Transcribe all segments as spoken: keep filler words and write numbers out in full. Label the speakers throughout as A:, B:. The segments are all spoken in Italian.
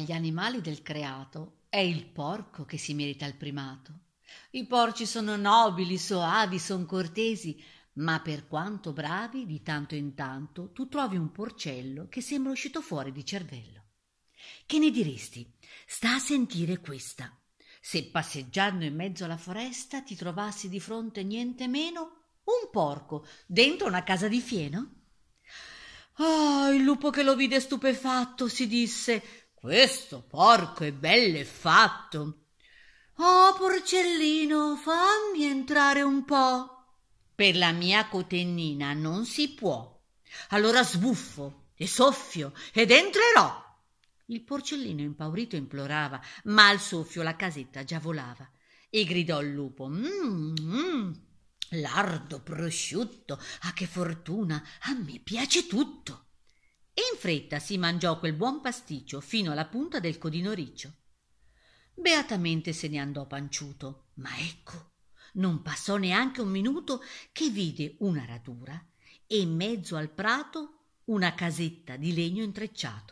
A: Dagli animali del creato è il porco che si merita il primato. I porci sono nobili, soavi, son cortesi, ma per quanto bravi, di tanto in tanto tu trovi un porcello che sembra uscito fuori di cervello. Che ne diresti? Sta a sentire questa. Se passeggiando in mezzo alla foresta ti trovassi di fronte niente meno un porco dentro una casa di fieno? Ah, il lupo che lo vide stupefatto si disse: questo porco è bell'e fatto. Oh, porcellino, fammi entrare un po'. Per la mia cotennina non si può. Allora sbuffo e soffio ed entrerò. Il porcellino impaurito implorava, ma al soffio la casetta già volava e gridò il lupo: mm, mm, lardo, prosciutto, ah che fortuna, a me piace tutto. E in fretta si mangiò quel buon pasticcio fino alla punta del codino riccio. Beatamente se ne andò panciuto, ma ecco, non passò neanche un minuto che vide una radura e in mezzo al prato una casetta di legno intrecciato.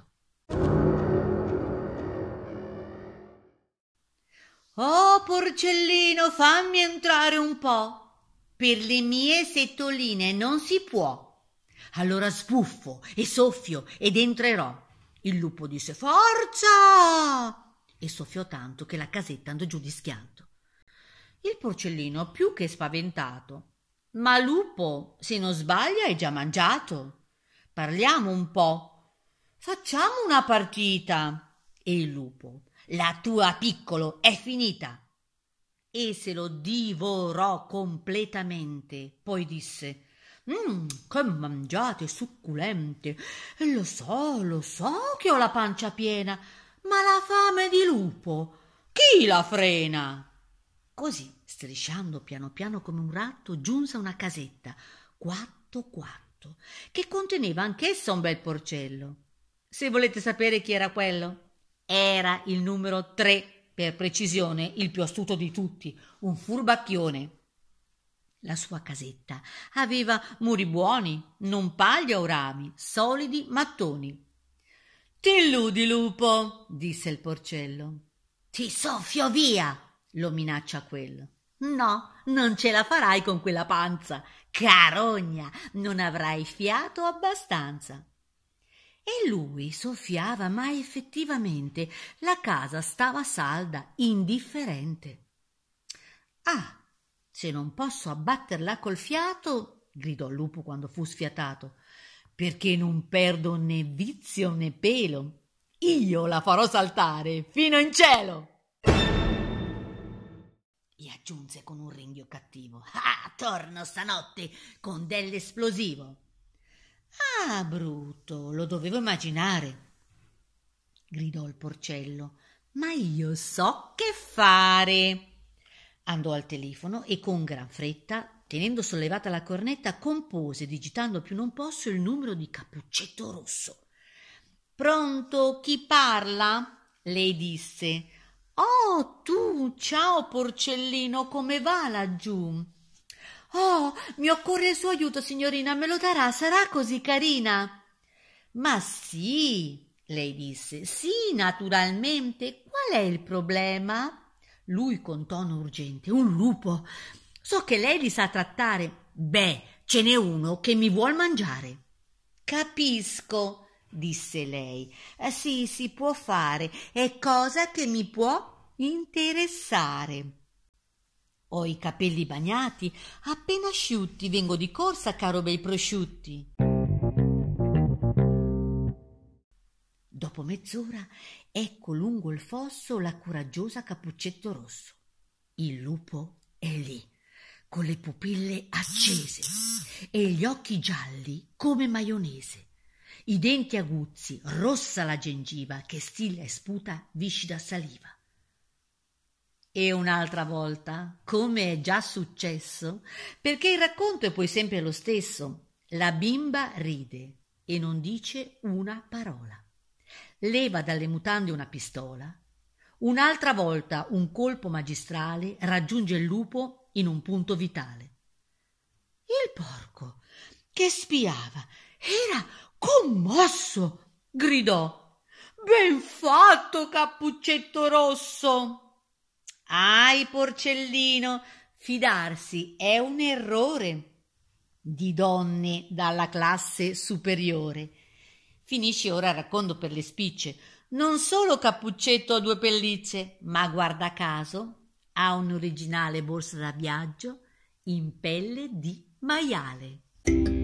A: Oh, porcellino, fammi entrare un po'. Per le mie settoline non si può. Allora sbuffo e soffio ed entrerò. Il lupo disse: forza! E soffiò tanto che la casetta andò giù di schianto. Il porcellino più che spaventato: ma lupo, se non sbaglia è già mangiato. Parliamo un po'. Facciamo una partita. E il lupo: la tua, piccolo, è finita. E se lo divorò completamente. Poi disse: mm, che mangiate succulente. E lo so, lo so che ho la pancia piena, ma la fame di lupo chi la frena? Così, strisciando piano piano come un ratto, giunse a una casetta, quatto quatto, che conteneva anch'essa un bel porcello. Se volete sapere chi era quello, era il numero tre, per precisione il più astuto di tutti, un furbacchione. La sua casetta aveva muri buoni, non paglia o rami, solidi mattoni. Ti illudi, lupo, disse il porcello. Ti soffio via, lo minaccia quello. No, non ce la farai con quella panza, carogna, non avrai fiato abbastanza. E lui soffiava, ma effettivamente la casa stava salda, indifferente. Ah, se non posso abbatterla col fiato, gridò il lupo quando fu sfiatato, perché non perdo né vizio né pelo, io la farò saltare fino in cielo. E aggiunse con un ringhio cattivo: ah, torno stanotte con dell'esplosivo. Ah, brutto, lo dovevo immaginare, gridò il porcello, ma io so che fare. Andò al telefono e con gran fretta, tenendo sollevata la cornetta, compose, digitando più non posso, il numero di Cappuccetto Rosso. Pronto, chi parla? Lei disse. Oh, tu, ciao porcellino, come va laggiù? Oh, mi occorre il suo aiuto, signorina, me lo darà, sarà così carina? Ma sì, lei disse, sì, naturalmente, qual è il problema? Lui con tono urgente: un lupo. So che lei li sa trattare. Beh, ce n'è uno che mi vuol mangiare. Capisco, disse lei. Eh, sì, si può fare, è cosa che mi può interessare. Ho i capelli bagnati, appena asciutti, vengo di corsa, caro bei prosciutti. Dopo mezz'ora ecco lungo il fosso la coraggiosa Cappuccetto Rosso. Il lupo è lì, con le pupille accese e gli occhi gialli come maionese, i denti aguzzi, rossa la gengiva che stilla e sputa viscida saliva. E un'altra volta, come è già successo, perché il racconto è poi sempre lo stesso, la bimba ride e non dice una parola. Leva dalle mutande una pistola. Un'altra volta un colpo magistrale raggiunge il lupo in un punto vitale. Il porco, che spiava, era commosso, gridò: Ben fatto, Cappuccetto Rosso. Ahi, Porcellino, fidarsi è un errore di donne dalla classe superiore. Finisce ora il racconto per le spicce. Non solo Cappuccetto ha due pellicce, ma guarda caso ha un'originale borsa da viaggio in pelle di maiale.